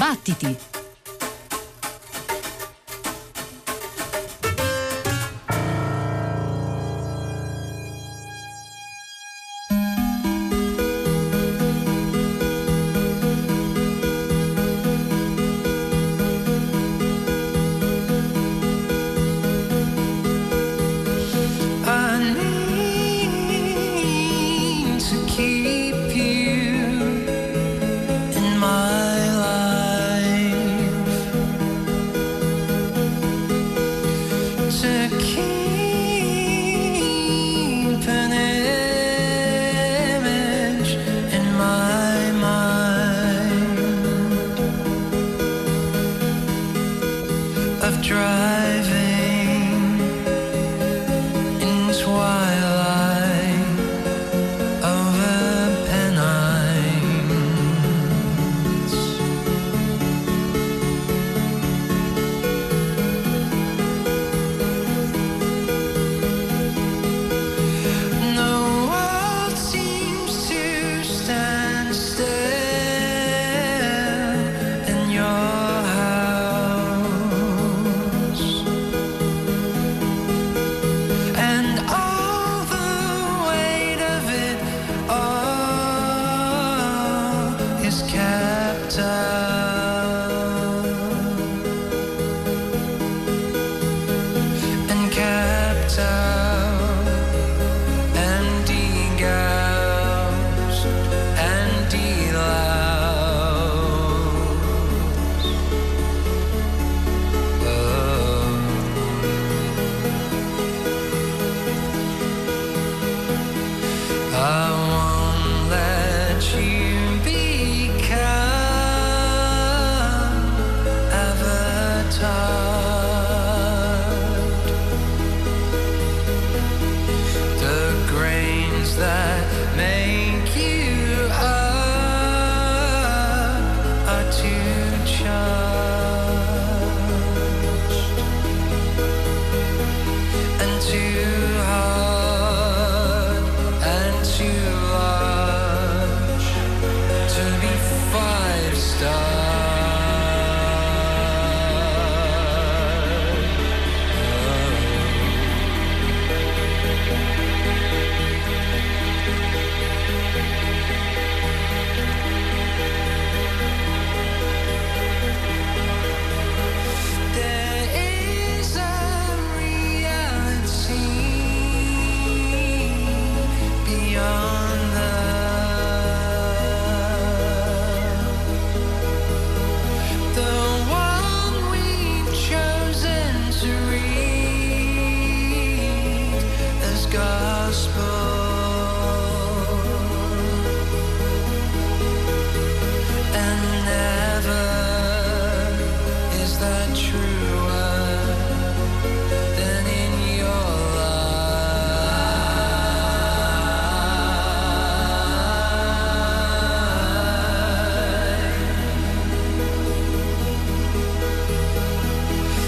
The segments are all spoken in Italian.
Battiti!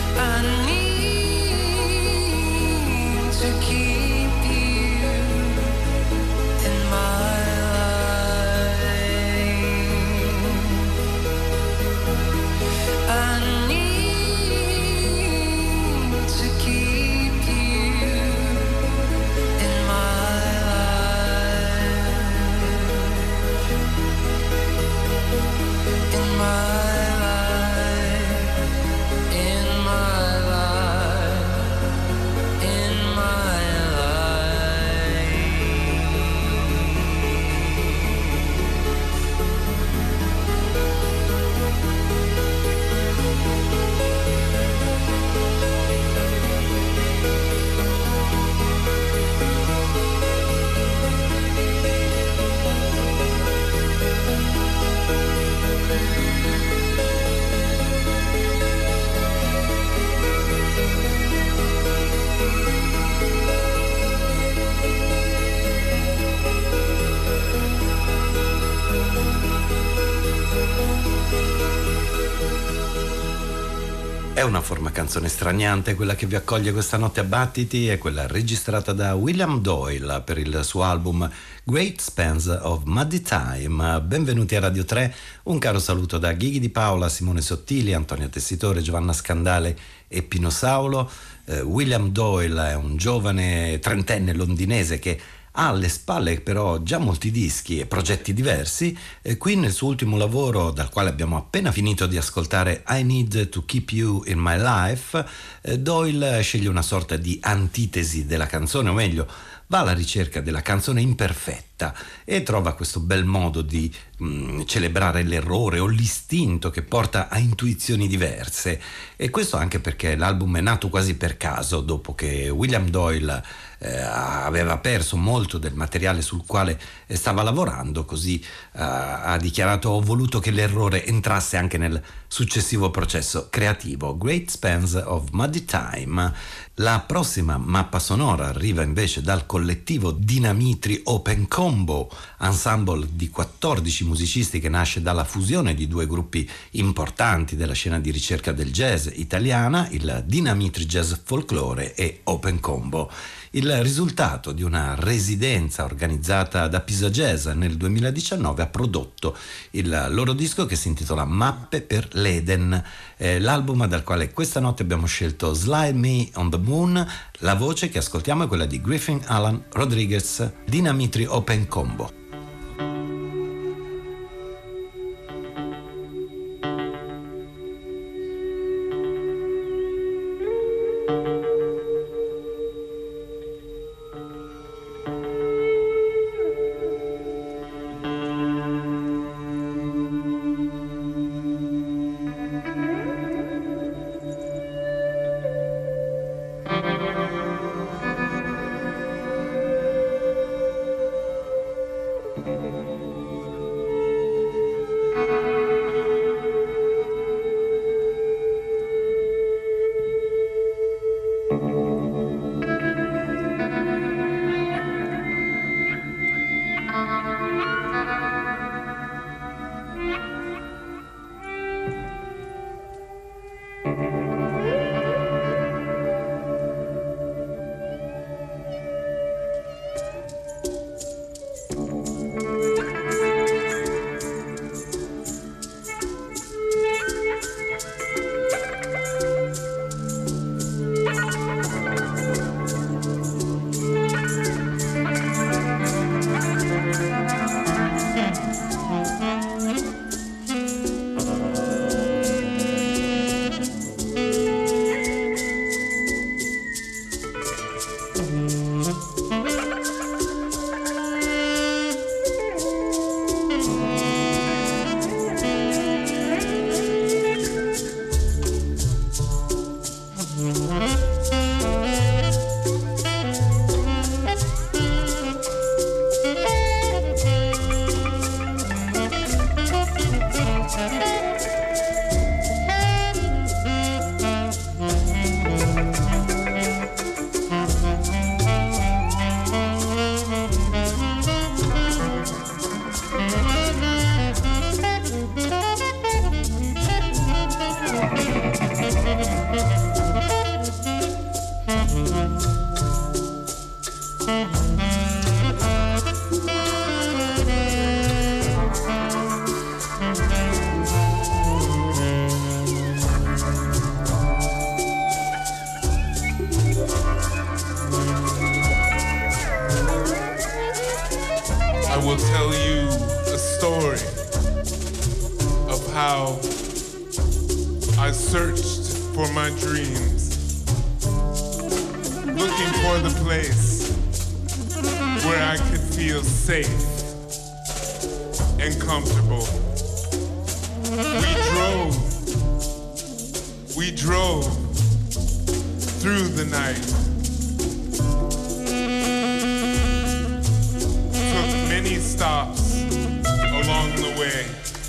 To keep you una forma canzone straniante, quella che vi accoglie questa notte a battiti, è quella registrata da William Doyle per il suo album Great Spans of Muddy Time. Benvenuti a Radio 3, un caro saluto da Ghighi Di Paola, Simone Sottili, Antonio Tessitore, Giovanna Scandale e Pino Saulo. William Doyle è un giovane trentenne londinese che ha alle spalle però già molti dischi e progetti diversi. Qui nel suo ultimo lavoro, dal quale abbiamo appena finito di ascoltare I Need to Keep You in My Life, Doyle sceglie una sorta di antitesi della canzone, o meglio va alla ricerca della canzone imperfetta e trova questo bel modo di celebrare l'errore o l'istinto che porta a intuizioni diverse. E questo anche perché l'album è nato quasi per caso, dopo che William Doyle aveva perso molto del materiale sul quale stava lavorando. Così ha dichiarato: ho voluto che l'errore entrasse anche nel successivo processo creativo. Great Spans of Muddy Time. La prossima mappa sonora arriva invece dal collettivo Dinamitri Open Combo, ensemble di 14 musicisti che nasce dalla fusione di due gruppi importanti della scena di ricerca del jazz italiana, il Dinamitri Jazz Folklore e Open Combo. Il risultato di una residenza organizzata da Pisa Jazz nel 2019 ha prodotto il loro disco che si intitola Mappe per l'Eden, l'album dal quale questa notte abbiamo scelto Slide Me on the Moon. La voce che ascoltiamo è quella di Griffin Alan Rodriguez, Dinamitri Open Combo. will tell you a story of how I searched for my dreams, looking for the place where I could feel safe and comfortable. We drove through the night, took many stops along the way.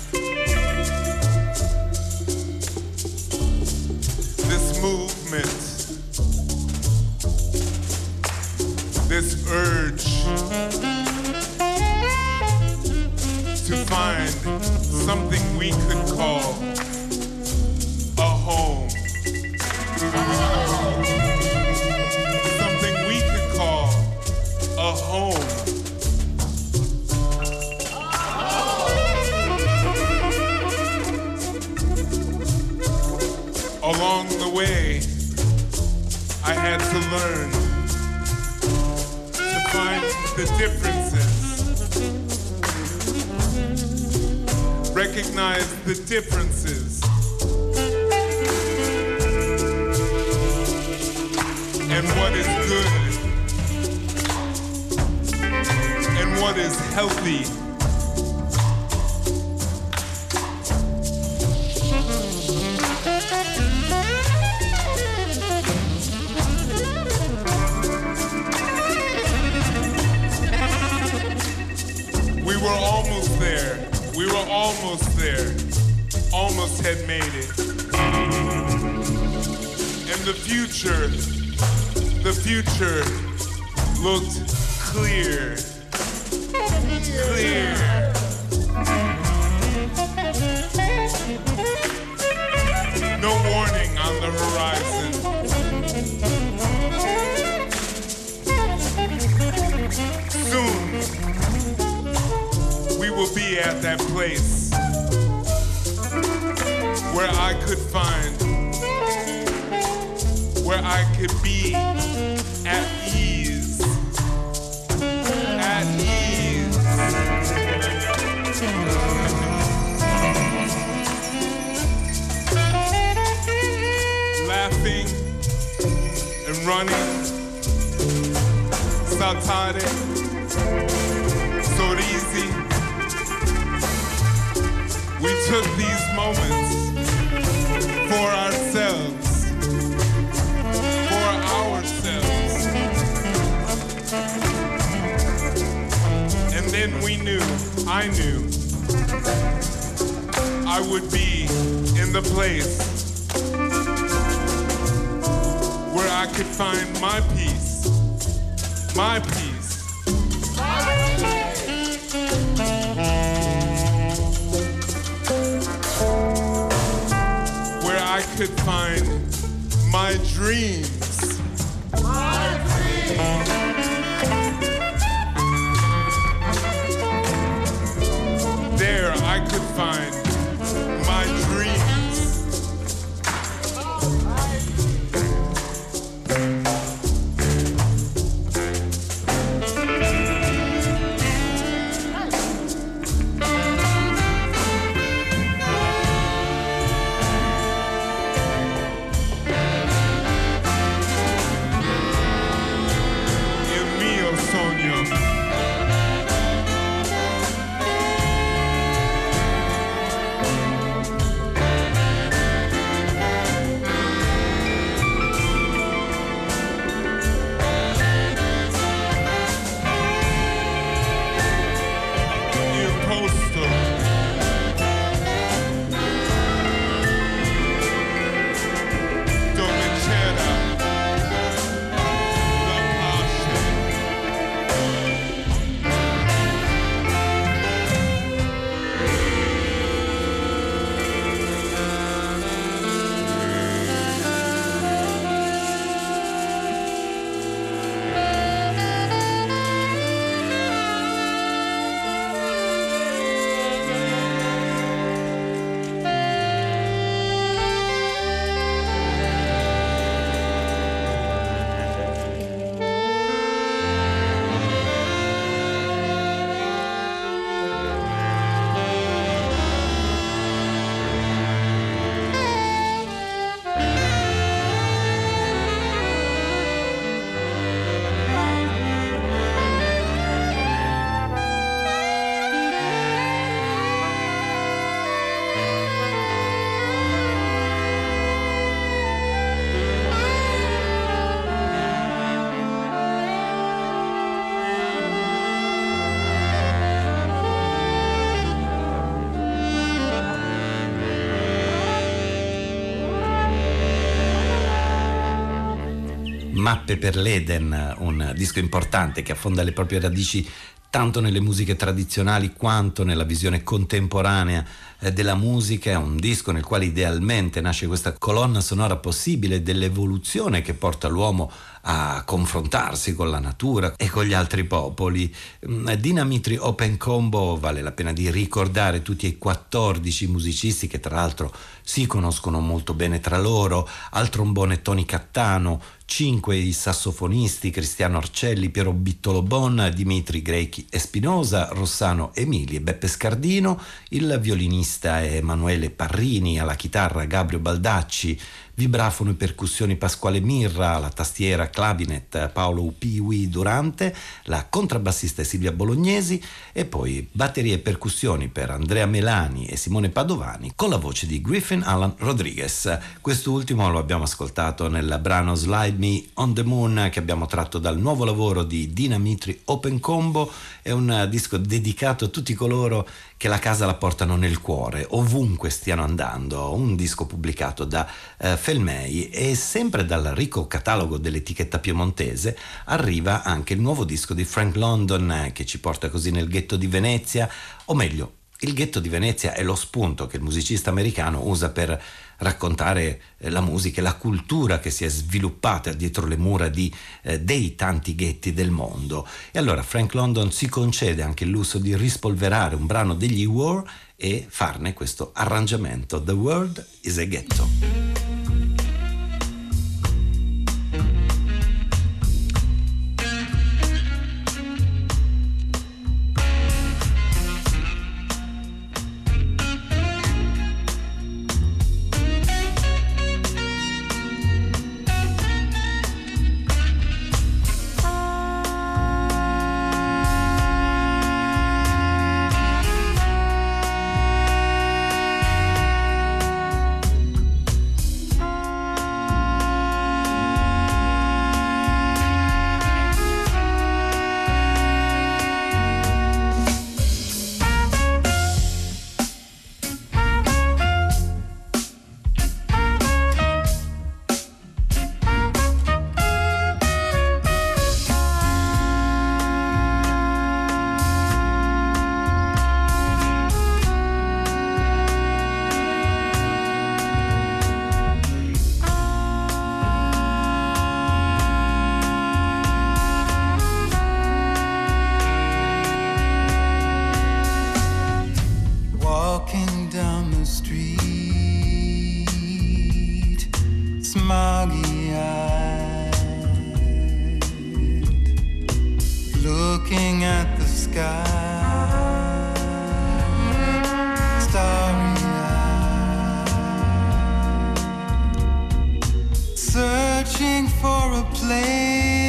This movement, this urge to find something we could call a home home. Along the way, I had to learn to find the differences, recognize the differences, and what is good, and what is healthy. We were almost there. We were almost there. Almost had made it. And the future looked clear. Clear. No warning on the horizon. Soon, we will be at that place where I could find, where I could be at ease. At ease. Laughing and running. Saltare. Sorrisi. We took these moments for ourselves. For ourselves. And then we knew, I knew, I would be in the place where I could find my peace. My peace. Where I could find my dreams. My dreams. There I could find my dreams. Mappe per l'Eden, un disco importante che affonda le proprie radici tanto nelle musiche tradizionali quanto nella visione contemporanea della musica. È un disco nel quale idealmente nasce questa colonna sonora possibile dell'evoluzione che porta l'uomo a confrontarsi con la natura e con gli altri popoli. Dinamitri Open Combo, vale la pena di ricordare tutti i 14 musicisti che tra l'altro si conoscono molto bene tra loro: al trombone Tony Cattano, 5 i sassofonisti Cristiano Arcelli, Piero Bittolo Bon, Dimitri Grechi Espinosa, Rossano Emili e Beppe Scardino, il violinista Emanuele Parrini, alla chitarra Gabrio Baldacci, vibrafono e percussioni Pasquale Mirra, la tastiera clavinet Paolo Piwi Durante, la contrabbassista Silvia Bolognesi e poi batterie e percussioni per Andrea Melani e Simone Padovani con la voce di Griffin Alan Rodriguez. Quest'ultimo lo abbiamo ascoltato nel brano Slide Me on the Moon, che abbiamo tratto dal nuovo lavoro di Dinamitri Open Combo. È un disco dedicato a tutti coloro che la casa la portano nel cuore, ovunque stiano andando, un disco pubblicato da Felmei. E sempre dal ricco catalogo dell'etichetta piemontese arriva anche il nuovo disco di Frank London, che ci porta così nel ghetto di Venezia, o meglio, il ghetto di Venezia è lo spunto che il musicista americano usa per raccontare la musica e la cultura che si è sviluppata dietro le mura dei tanti ghetti del mondo. E allora Frank London si concede anche il lusso di rispolverare un brano degli War e farne questo arrangiamento: The World is a Ghetto. Looking at the sky, starry-eyed, searching for a place,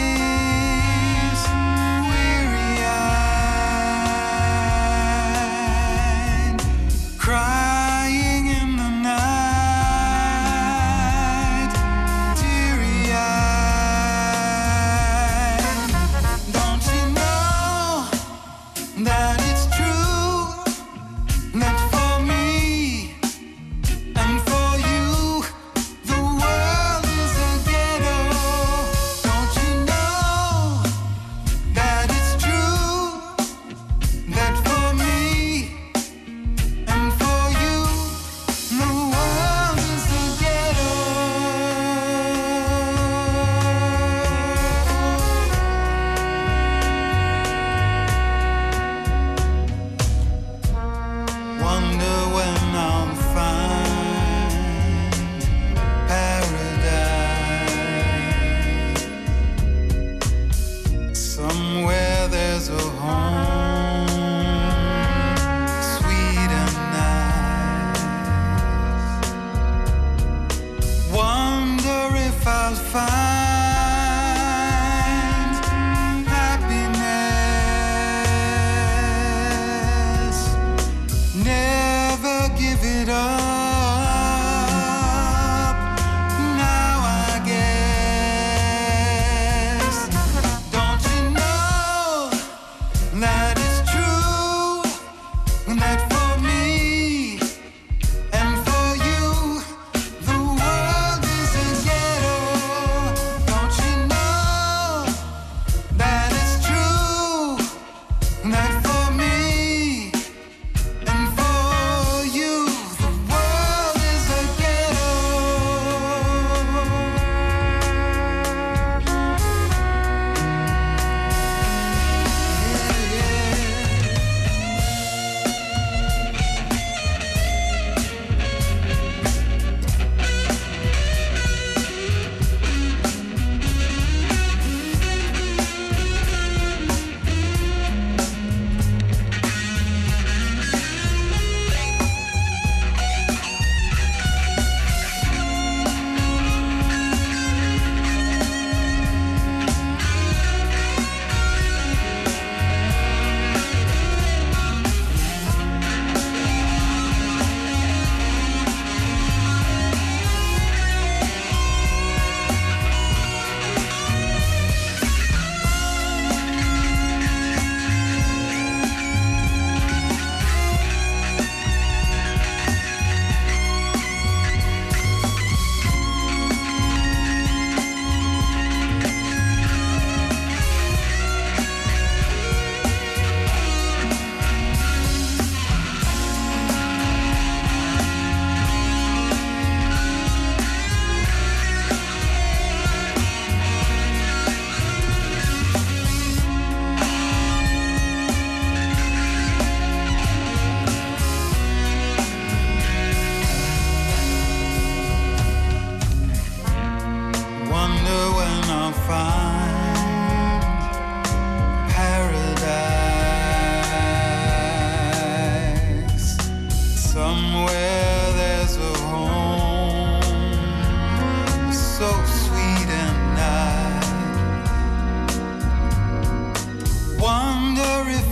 weary-eyed, crying in the night, teary-eyed. Don't you know that it's true that for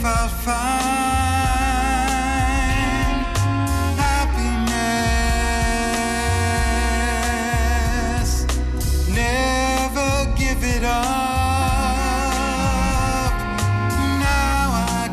I'll find happiness. Never give it up. Now I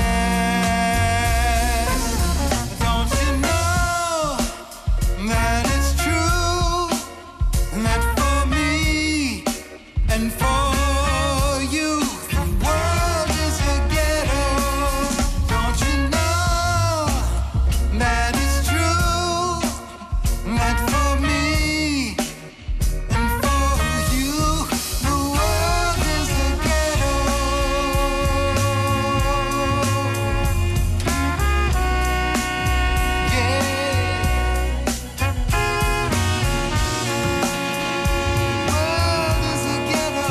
guess. Don't you know that it's true that for me and for you, the world is a ghetto. Don't you know that it's true that for me and for you, the world is a ghetto. Yeah. World is a ghetto.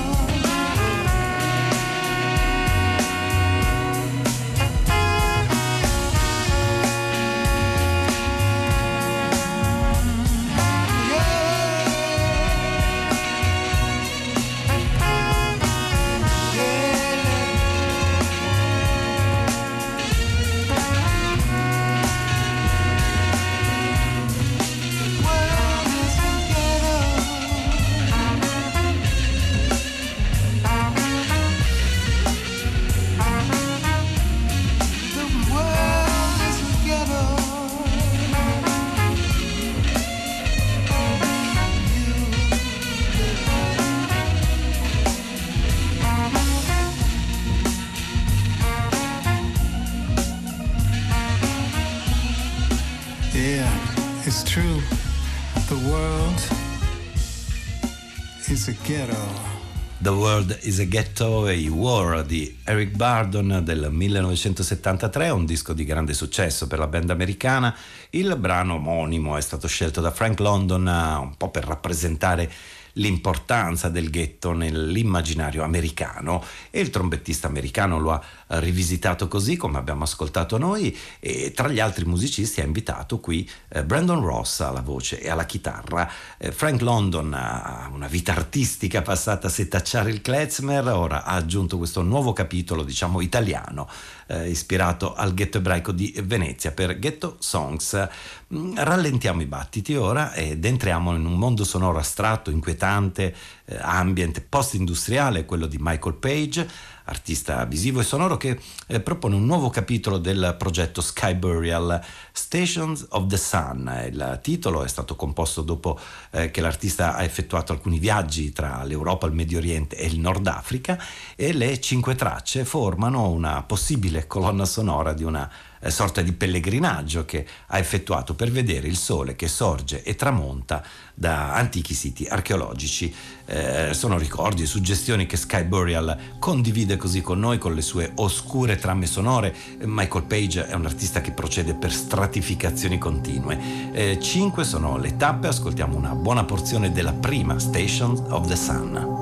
Yeah, it's true. The world is a ghetto. The World is a Ghetto e War di Eric Burdon del 1973, un disco di grande successo per la band americana. Il brano omonimo è stato scelto da Frank London un po' per rappresentare l'importanza del ghetto nell'immaginario americano, e il trombettista americano lo ha rivisitato così come abbiamo ascoltato noi, e tra gli altri musicisti ha invitato qui Brandon Ross alla voce e alla chitarra. Frank London ha una vita artistica passata a setacciare il klezmer, ora ha aggiunto questo nuovo capitolo, diciamo italiano, ispirato al ghetto ebraico di Venezia per Ghetto Songs. Rallentiamo i battiti ora ed entriamo in un mondo sonoro astratto, inquietante, ambient, post-industriale, quello di Michael Page, artista visivo e sonoro che propone un nuovo capitolo del progetto Sky Burial, Stations of the Sun. Il titolo è stato composto dopo che l'artista ha effettuato alcuni viaggi tra l'Europa, il Medio Oriente e il Nord Africa, e le 5 tracce formano una possibile colonna sonora di una sorta di pellegrinaggio che ha effettuato per vedere il sole che sorge e tramonta da antichi siti archeologici. Sono ricordi e suggestioni che Sky Burial condivide così con noi, con le sue oscure trame sonore. Michael Page è un artista che procede per stratificazioni continue. 5 sono le tappe, ascoltiamo una buona porzione della prima, Stations of the Sun.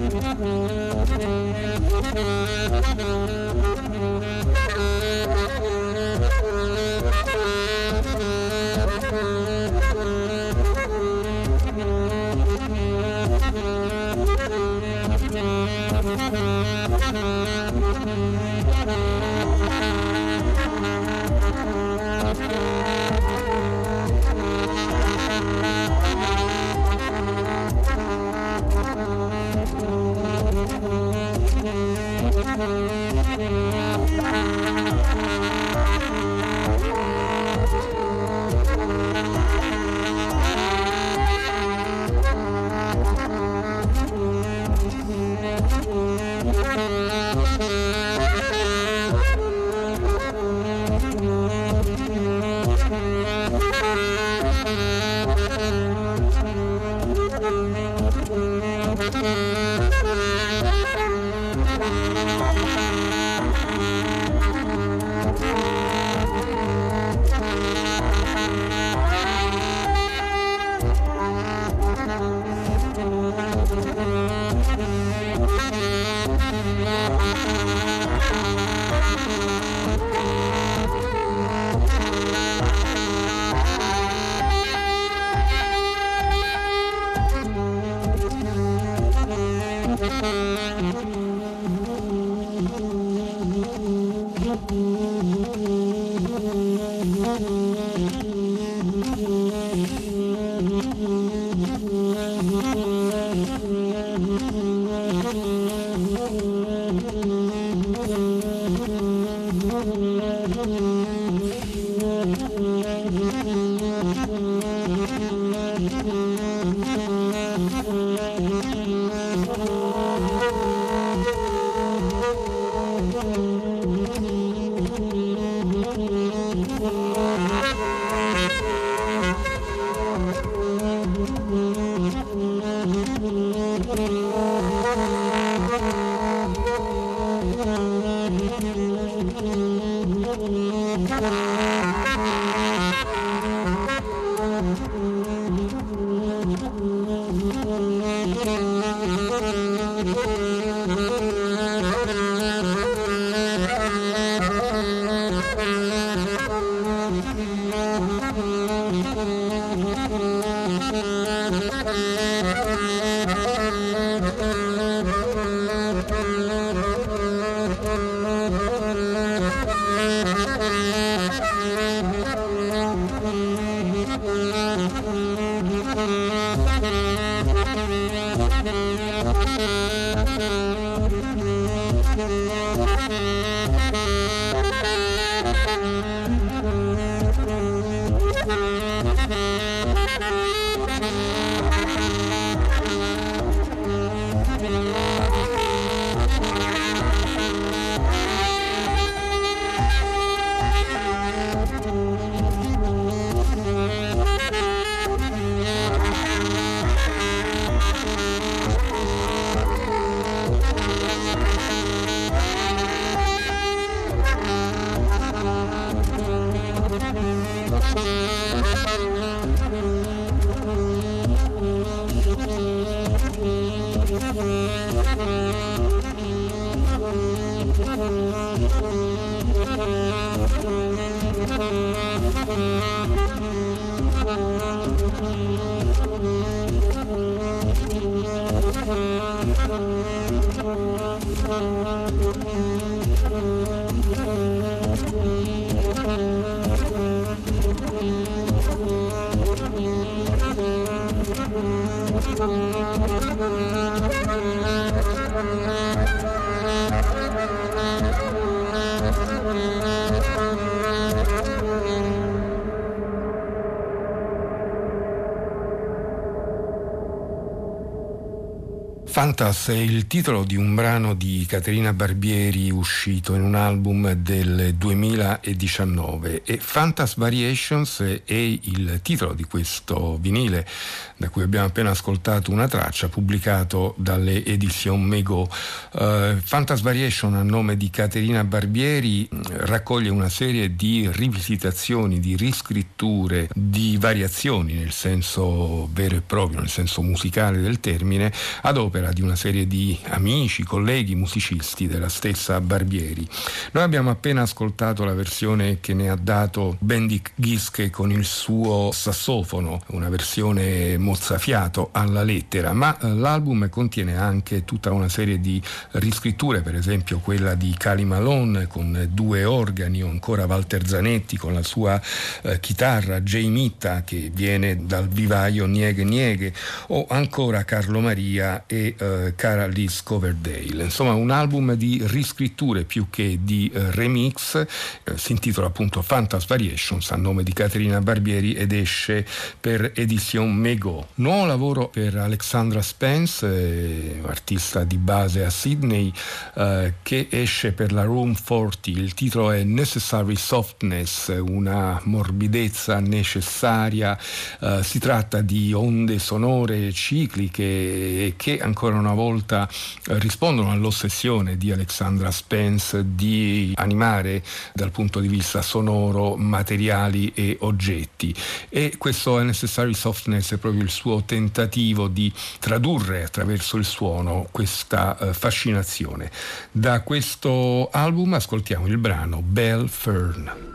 Fantas è il titolo di un brano di Caterina Barbieri uscito in un album del 2019 e Fantas Variations è il titolo di questo vinile da cui abbiamo appena ascoltato una traccia, pubblicato dalle Edition Mego. Fantas Variation, a nome di Caterina Barbieri, raccoglie una serie di rivisitazioni, di riscritture, di variazioni nel senso vero e proprio, nel senso musicale del termine, ad opera all'opera di una serie di amici, colleghi, musicisti della stessa Barbieri. Noi abbiamo appena ascoltato la versione che ne ha dato Bendik Gizke con il suo sassofono, una versione mozzafiato alla lettera, ma l'album contiene anche tutta una serie di riscritture, per esempio quella di Cali Malone con 2 organi, o ancora Walter Zanetti con la sua chitarra, Jay Mitta che viene dal vivaio Nieghe Nieghe, o ancora Carlo Maria e Cara Liz Coverdale. Insomma, un album di riscritture più che di remix, si intitola appunto Fantas Variations a nome di Caterina Barbieri ed esce per Edition Mego. Nuovo lavoro per Alexandra Spence, artista di base a Sydney, che esce per la Room 40. Il titolo è Necessary Softness, una morbidezza necessaria. Si tratta di onde sonore cicliche che ancora una volta rispondono all'ossessione di Alexandra Spence di animare dal punto di vista sonoro materiali e oggetti, e questo Necessary Softness è proprio il suo tentativo di tradurre attraverso il suono questa fascinazione. Da questo album ascoltiamo il brano Belle Fern.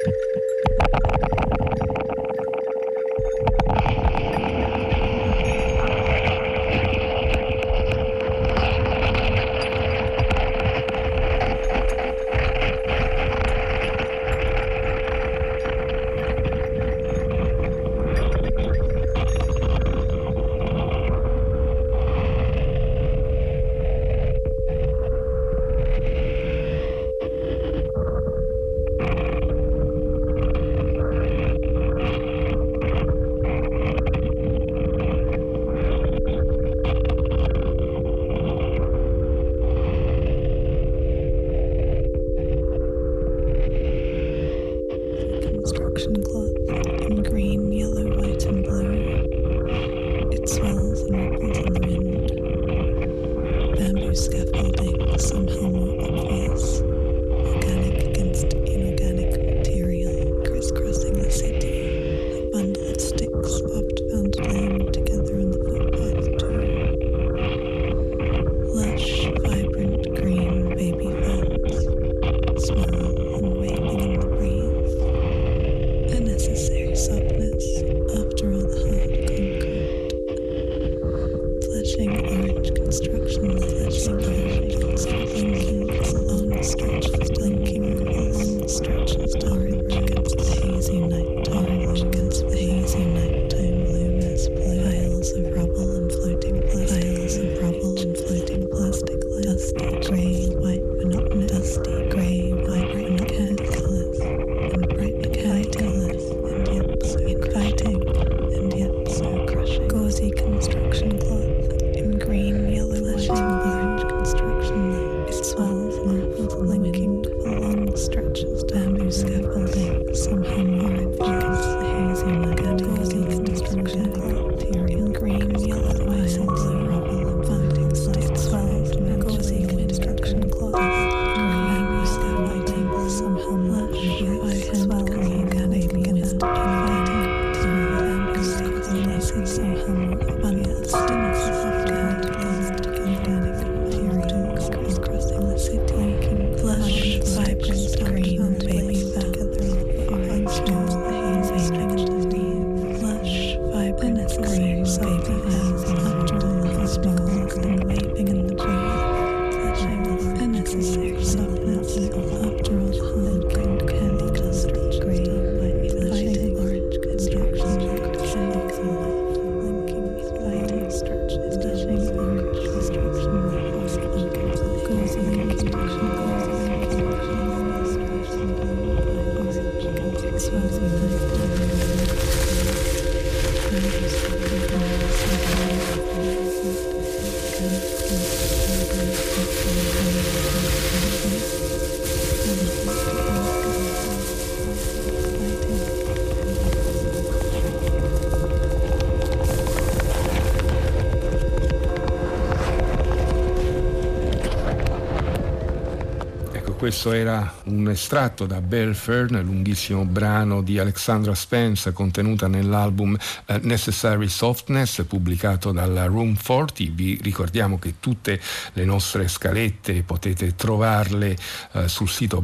Questo era un estratto da Belle Fern, lunghissimo brano di Alexandra Spence contenuta nell'album Necessary Softness, pubblicato dalla Room 40. Vi ricordiamo che tutte le nostre scalette potete trovarle sul sito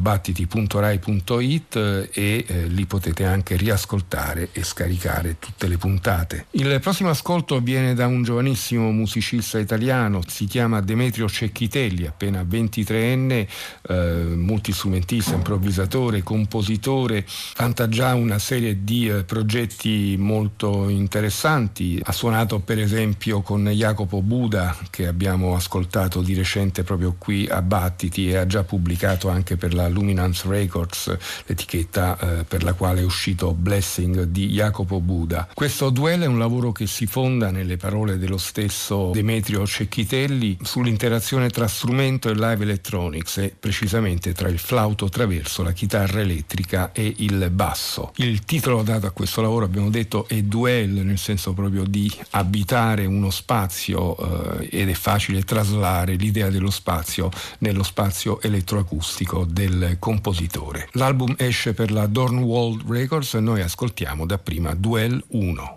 battiti.rai.it e li potete anche riascoltare e scaricare tutte le puntate. Il prossimo ascolto viene da un giovanissimo musicista italiano, si chiama Demetrio Cecchitelli, appena 23enne, multistrumentista, improvvisatore, compositore, vanta già una serie di progetti molto interessanti. Ha suonato per esempio con Jacopo Buda, che abbiamo ascoltato di recente proprio qui a Battiti, e ha già pubblicato anche per la Luminance Records, l'etichetta per la quale è uscito Blessing di Jacopo Buda. Questo duello è un lavoro che si fonda, nelle parole dello stesso Demetrio Cecchitelli, sull'interazione tra strumento e live electronics, e precisamente tra il flauto traverso, la chitarra elettrica e il basso. Il titolo dato a questo lavoro, abbiamo detto, è Duel, nel senso proprio di abitare uno spazio, ed è facile traslare l'idea dello spazio nello spazio elettroacustico del compositore. L'album esce per la Dornwald Records e noi ascoltiamo dapprima Duel 1.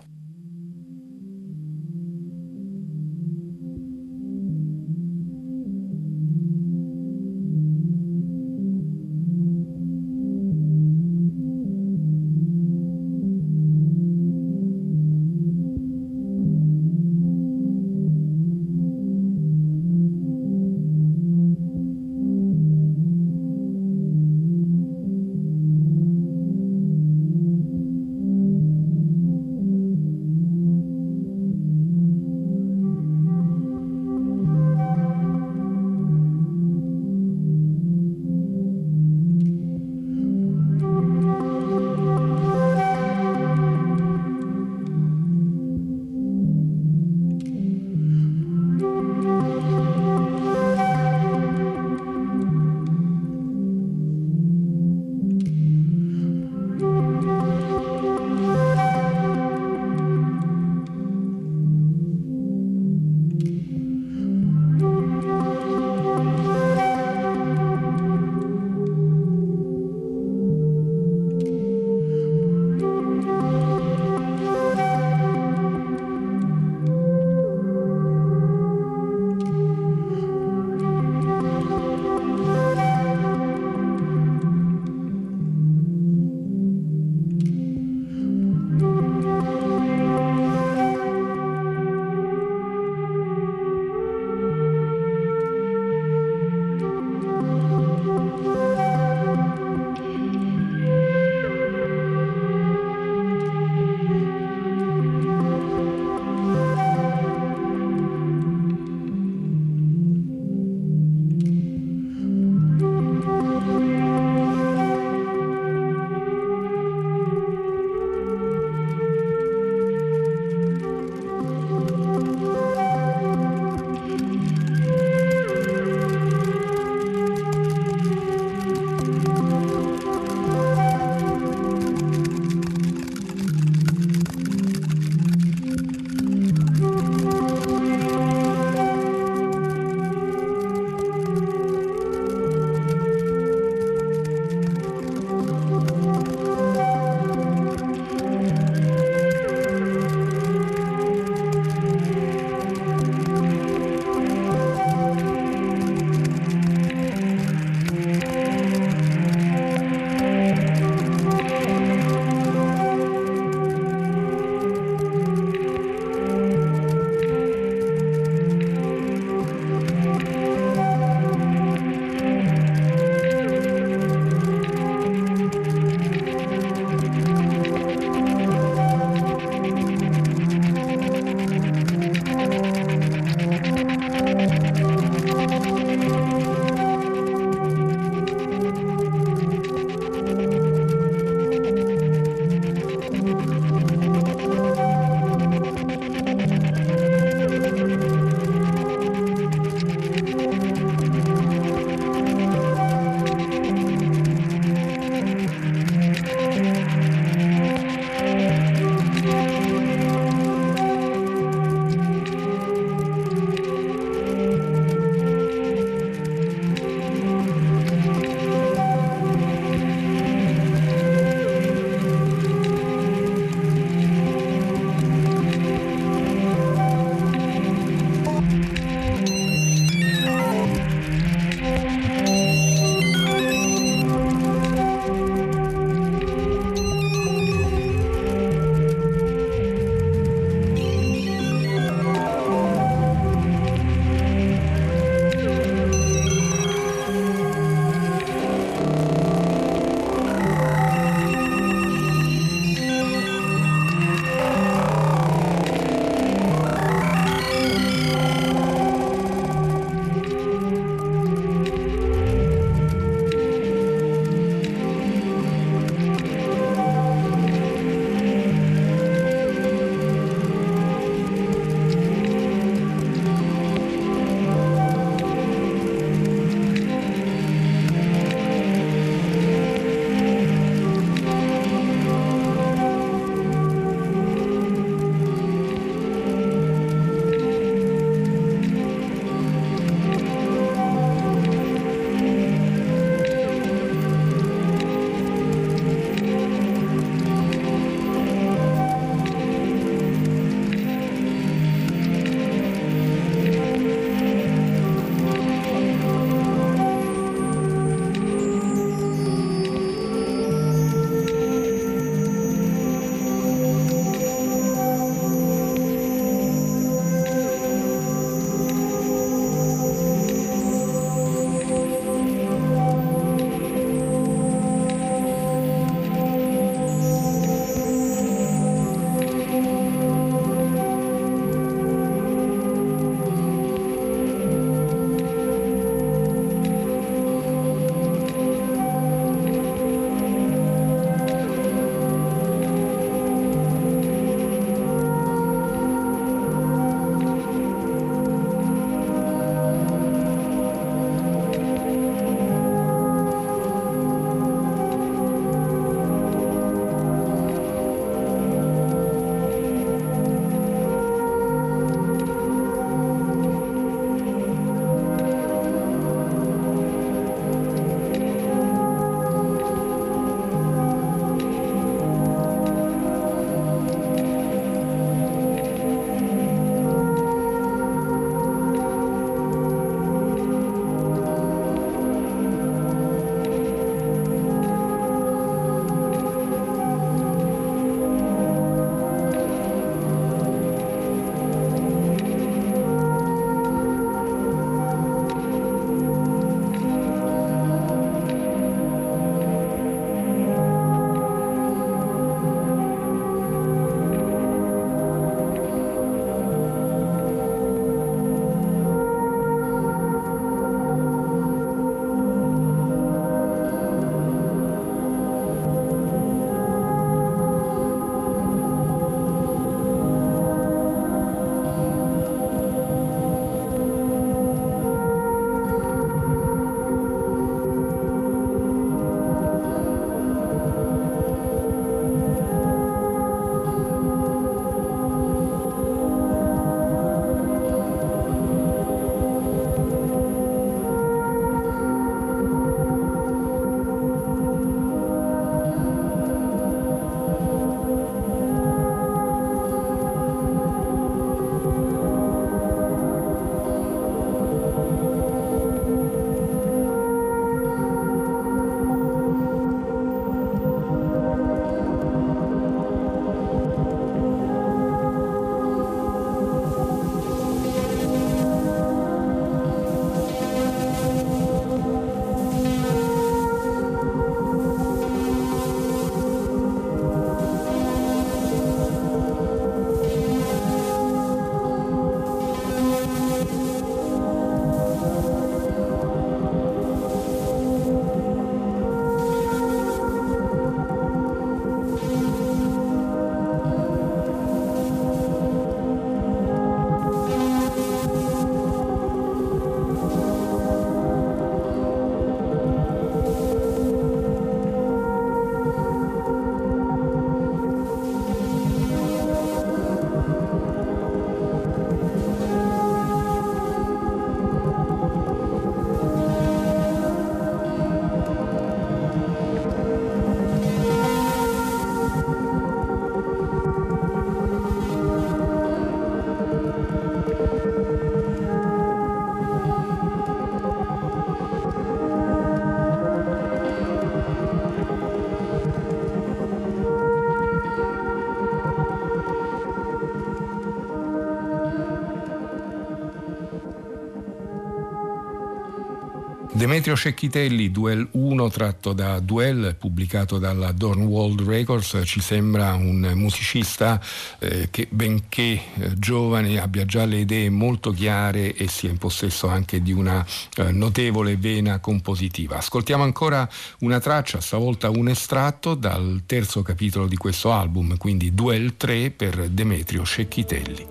Demetrio Cecchitelli, Duel 1 tratto da Duel, pubblicato dalla Dornwald Records, ci sembra un musicista che benché giovane abbia già le idee molto chiare e sia in possesso anche di una notevole vena compositiva. Ascoltiamo ancora una traccia, stavolta un estratto dal terzo capitolo di questo album, quindi Duel 3 per Demetrio Cecchitelli.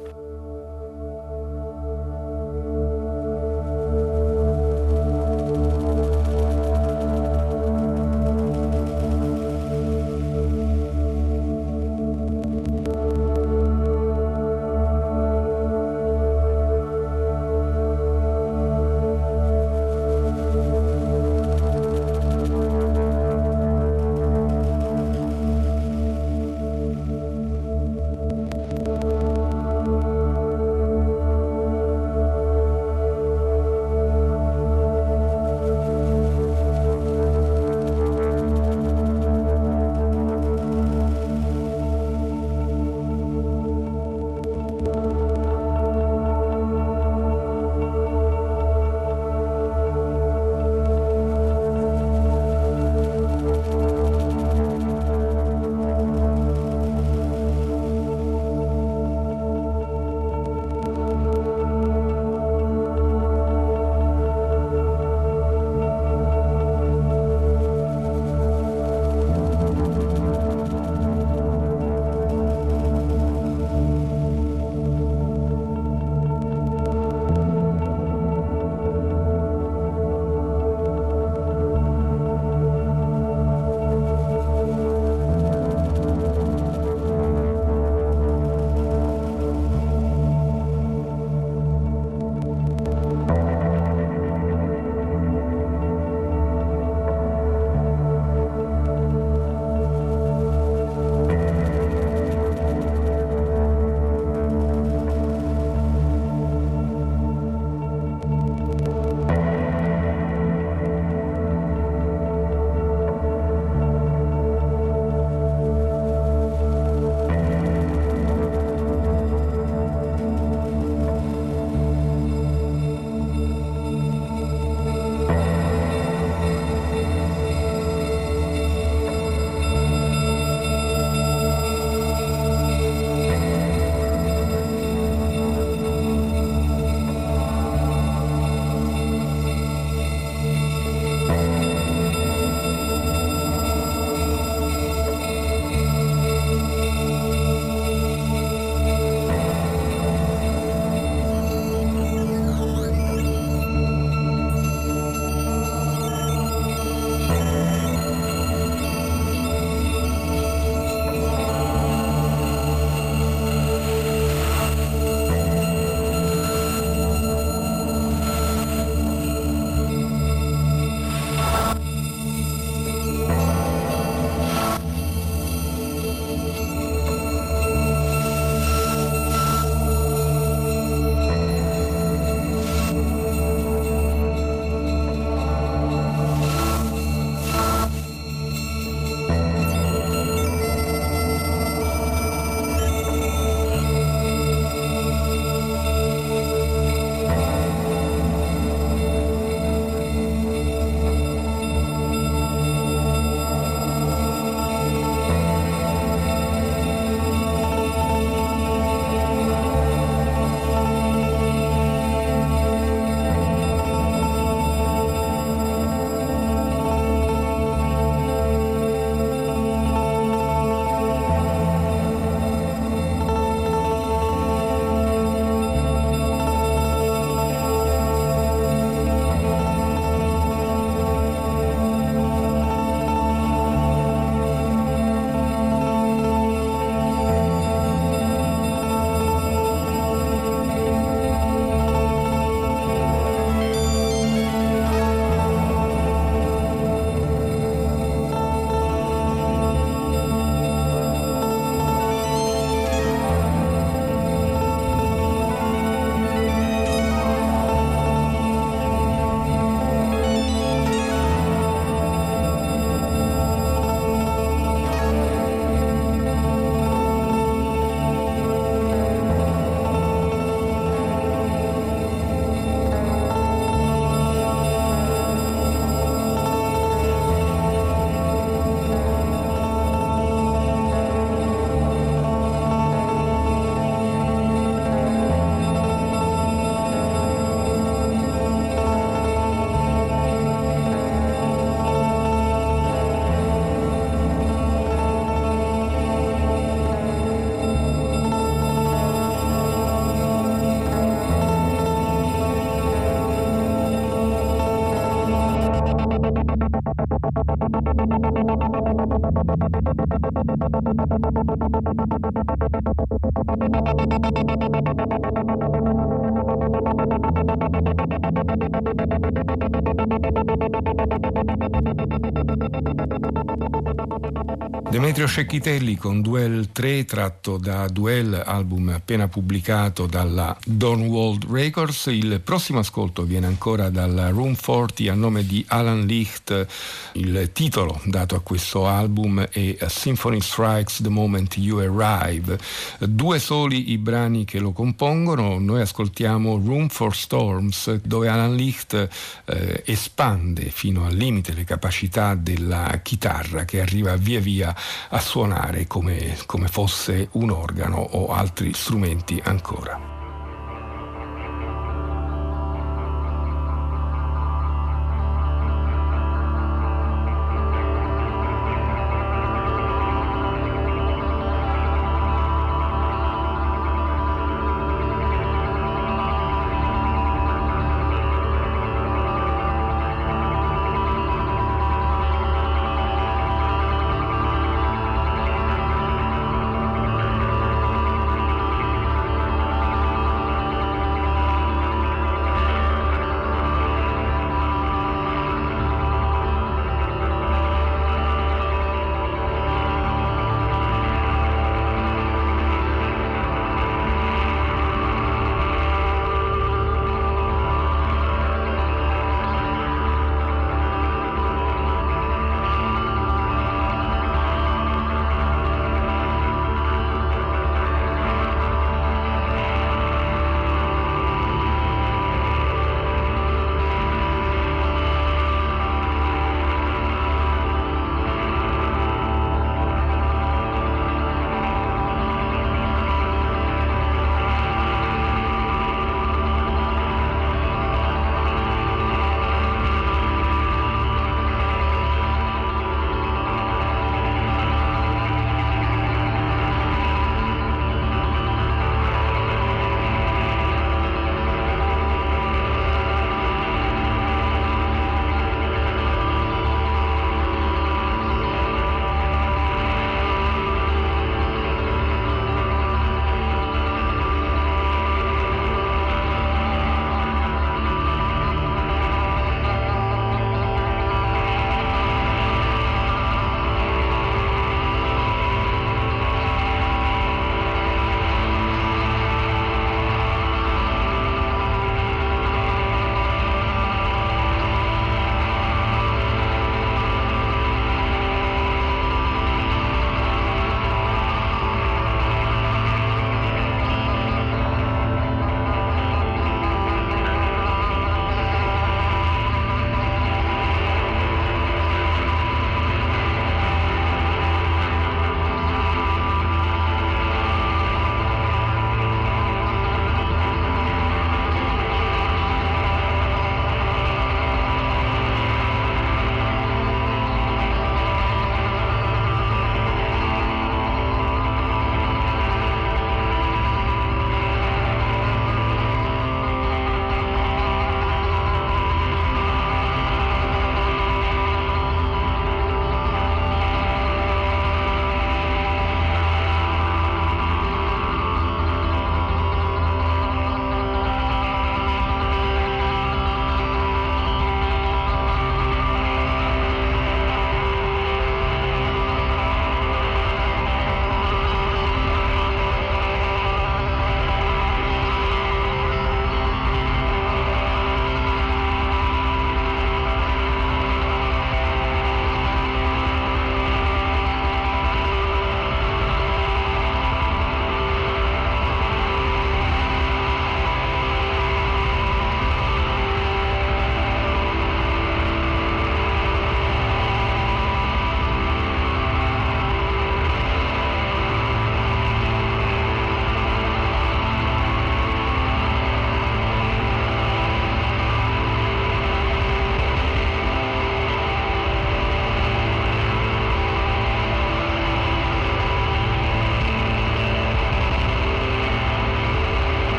Demetrio Cecchitelli con Duel 3, tratto da Duel, album appena pubblicato dalla Dawnwald Records. Il prossimo ascolto viene ancora dalla Room 40 a nome di Alan Licht. Il titolo dato a questo album è A Symphony Strikes the Moment You Arrive. Due soli i brani che lo compongono. Noi ascoltiamo Room for Storms, dove Alan Licht espande fino al limite le capacità della chitarra, che arriva via via a suonare come fosse un organo o altri strumenti ancora.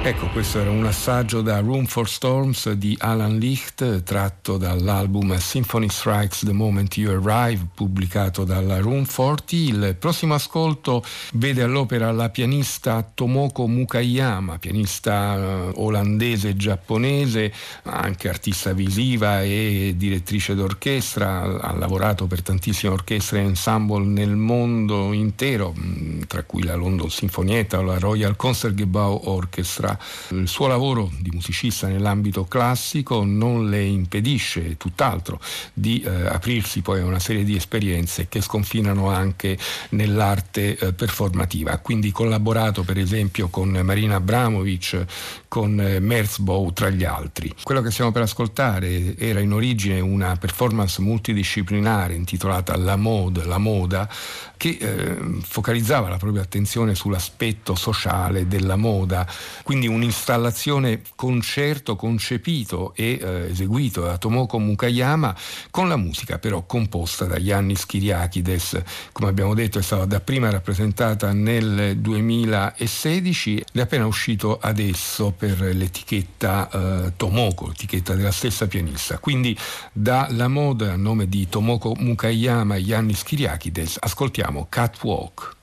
Ecco, questo era un assaggio da Room for Storms di Alan Licht, tratto dall'album Symphony Strikes the Moment You Arrive, pubblicato dalla Room 40. Il prossimo ascolto vede all'opera la pianista Tomoko Mukayama, pianista olandese-giapponese, anche artista visiva e direttrice d'orchestra. Ha lavorato per tantissime orchestre e ensemble nel mondo intero, tra cui la London Sinfonietta o la Royal Concertgebouw Orchestra. Il suo lavoro di musicista nell'ambito classico non le impedisce, tutt'altro, di aprirsi poi a una serie di esperienze che sconfinano anche nell'arte performativa. Ha quindi collaborato per esempio con Marina Abramovic, con Merzbow tra gli altri. Quello che stiamo per ascoltare era in origine una performance multidisciplinare intitolata La Mode, la moda, che focalizzava la propria attenzione sull'aspetto sociale della moda, quindi un'installazione concerto concepito e eseguito da Tomoko Mukayama, con la musica però composta da Yannis Kyriakides. Come abbiamo detto, è stata dapprima rappresentata nel 2016 ed è appena uscito adesso per l'etichetta Tomoko, l'etichetta della stessa pianista. Quindi da La Mode, a nome di Tomoko Mukayama e Yannis Kyriakides, ascoltiamo Catwalk.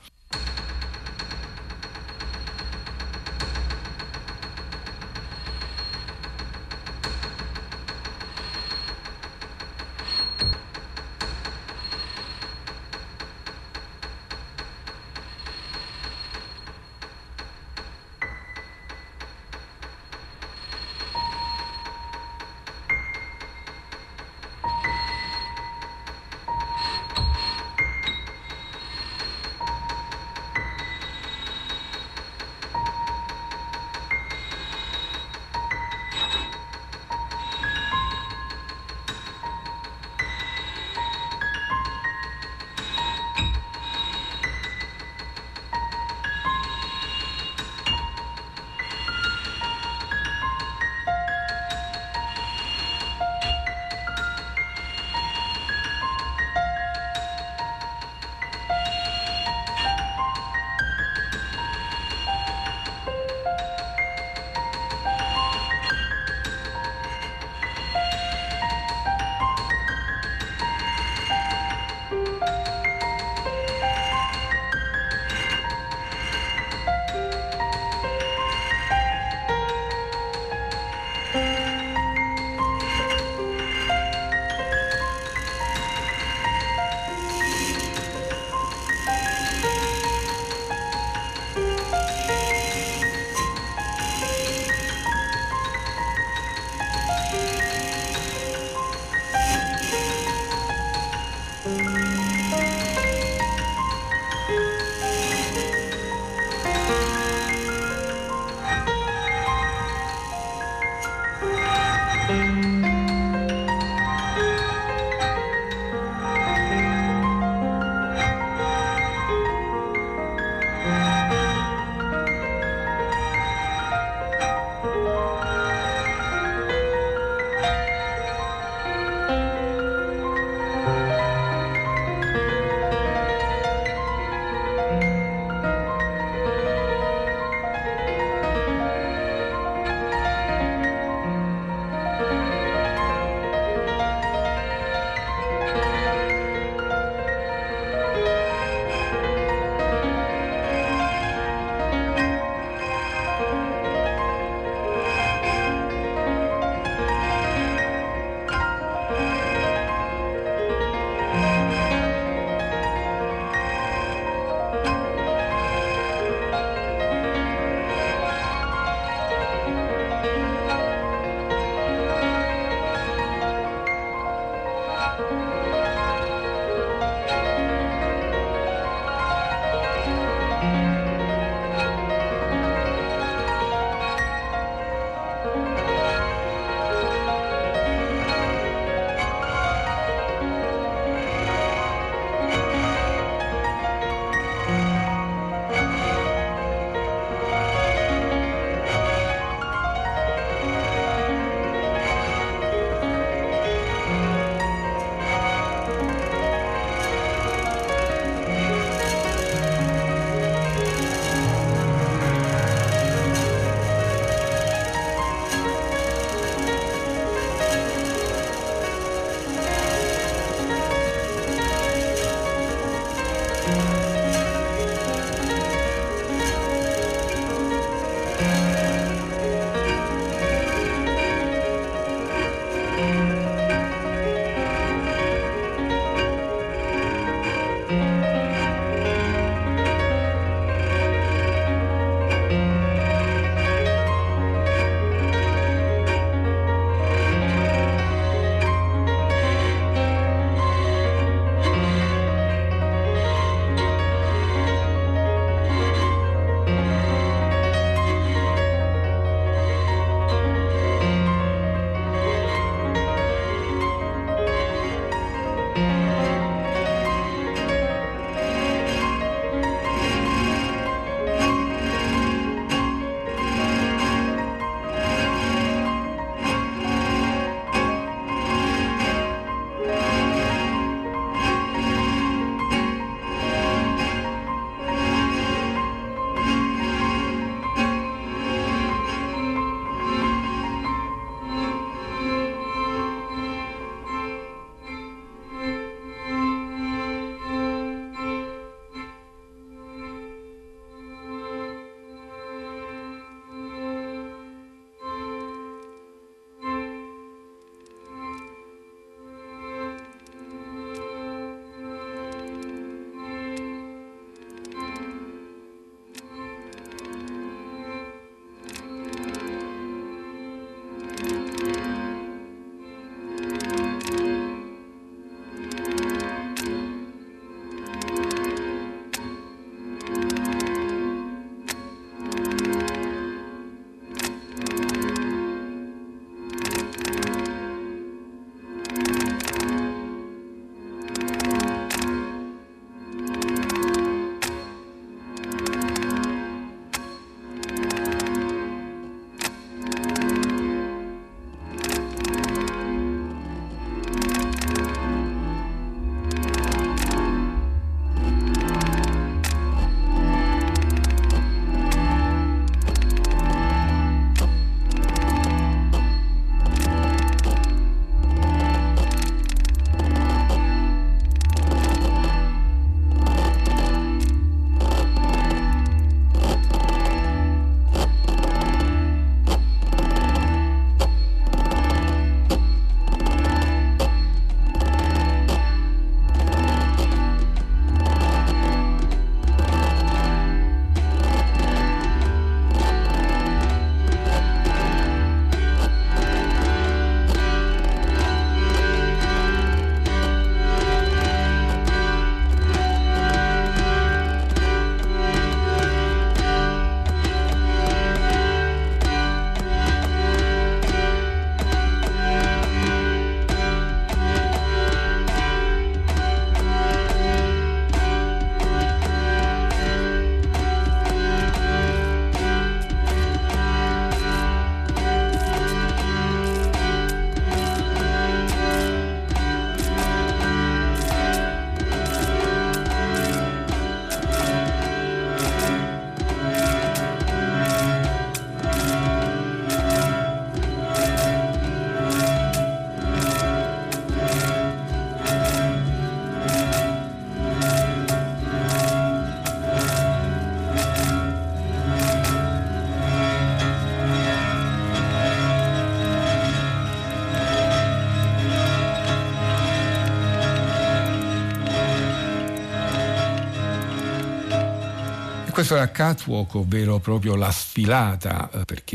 Questo era Catwalk, ovvero proprio la sfilata, perché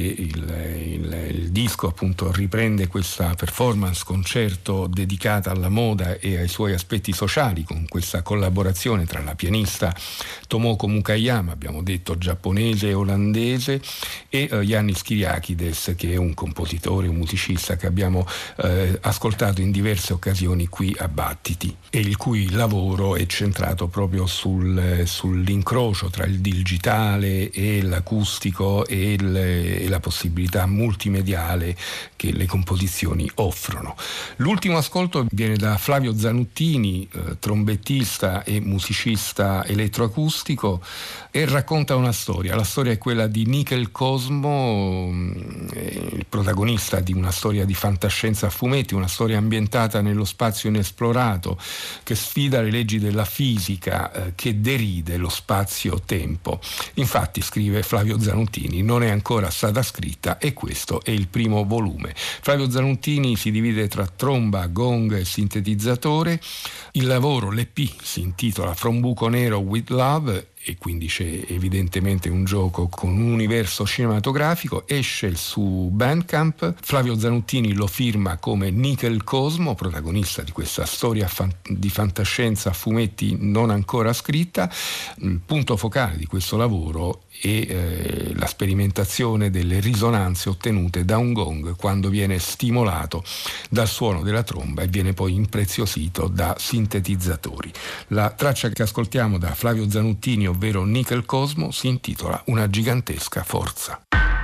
il disco appunto riprende questa performance concerto dedicata alla moda e ai suoi aspetti sociali, con questa collaborazione tra la pianista Tomoko Mukayama, abbiamo detto giapponese e olandese, e Yannis Kyriakides, che è un compositore, un musicista che abbiamo ascoltato in diverse occasioni qui a Battiti, e il cui lavoro è centrato proprio sull'incrocio tra il disco il digitale e l'acustico e la possibilità multimediale che le composizioni offrono. L'ultimo ascolto viene da Flavio Zanuttini, trombettista e musicista elettroacustico, e racconta una storia. La storia è quella di Nickel Cosmo, il protagonista di una storia di fantascienza a fumetti, una storia ambientata nello spazio inesplorato, che sfida le leggi della fisica, che deride lo spazio-tempo. Infatti, scrive Flavio Zanuttini, non è ancora stata scritta e questo è il primo volume. Flavio Zanuttini si divide tra tromba, gong e sintetizzatore. Il lavoro, l'EP, si intitola From Buco Nero with Love, e quindi c'è evidentemente un gioco con un universo cinematografico. Esce su Bandcamp. Flavio Zanuttini lo firma come Nickel Cosmo, protagonista di questa storia di fantascienza a fumetti non ancora scritta. Il punto focale di questo lavoro è la sperimentazione delle risonanze ottenute da un gong quando viene stimolato dal suono della tromba e viene poi impreziosito da sintetizzatori. La traccia che ascoltiamo da Flavio Zanuttini, ovvero Nickel Cosmo, si intitola Una gigantesca forza.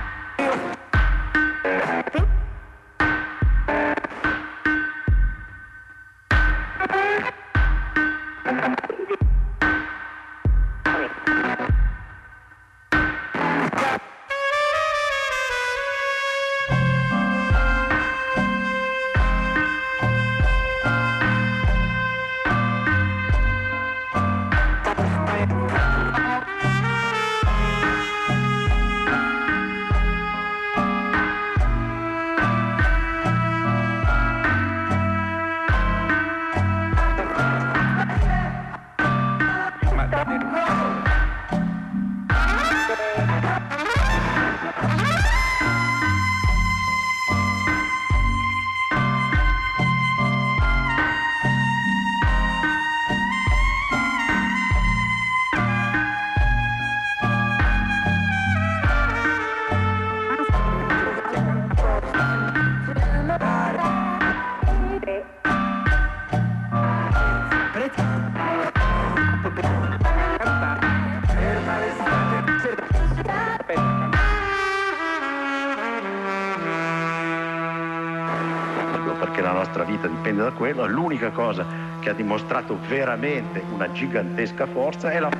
Dipende da quello. L'unica cosa che ha dimostrato veramente una gigantesca forza è la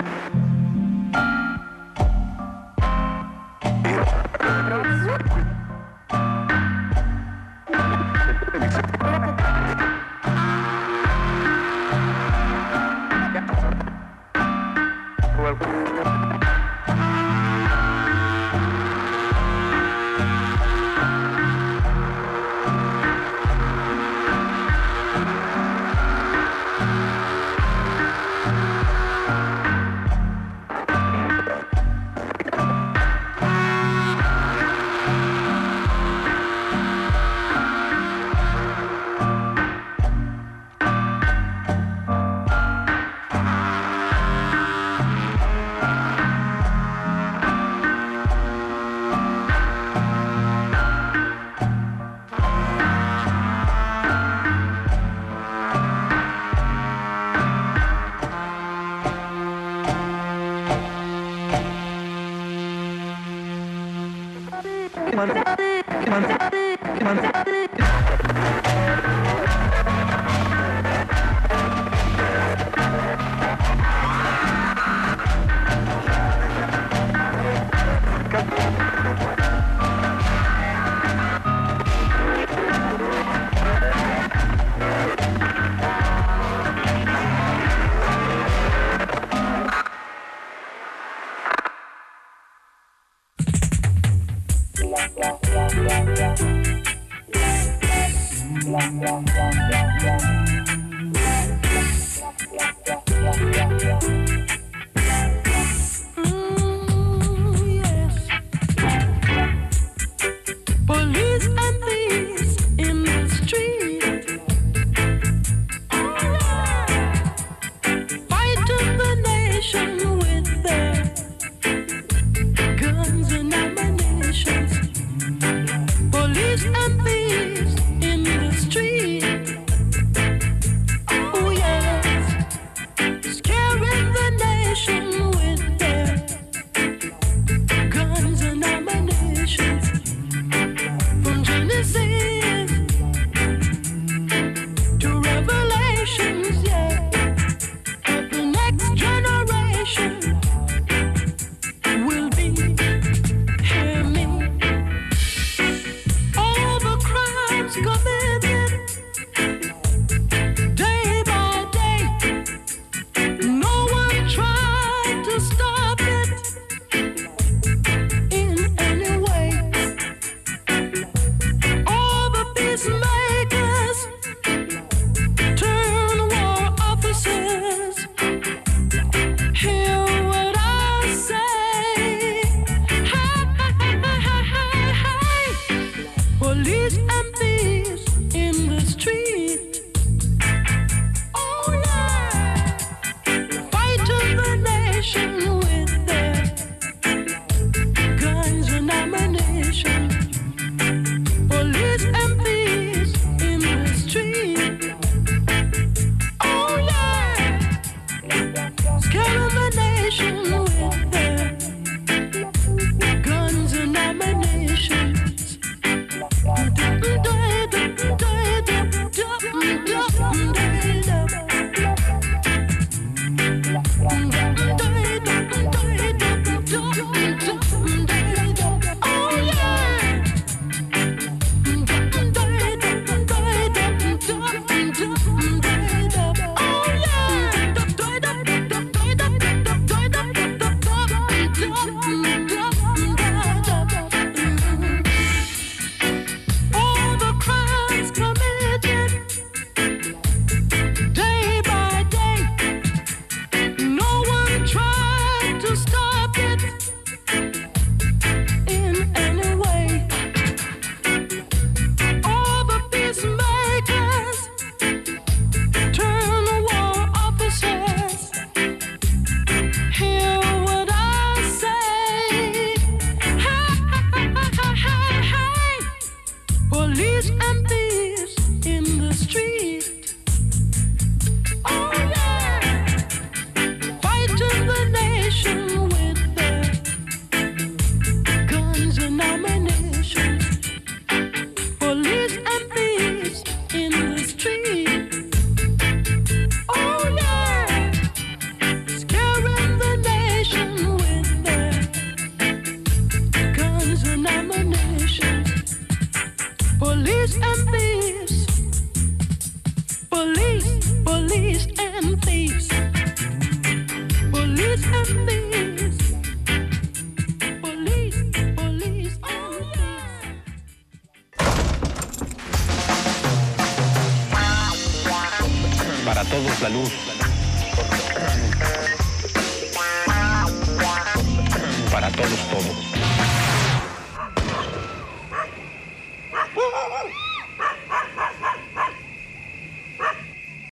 Para todos la luz. Para todos todo.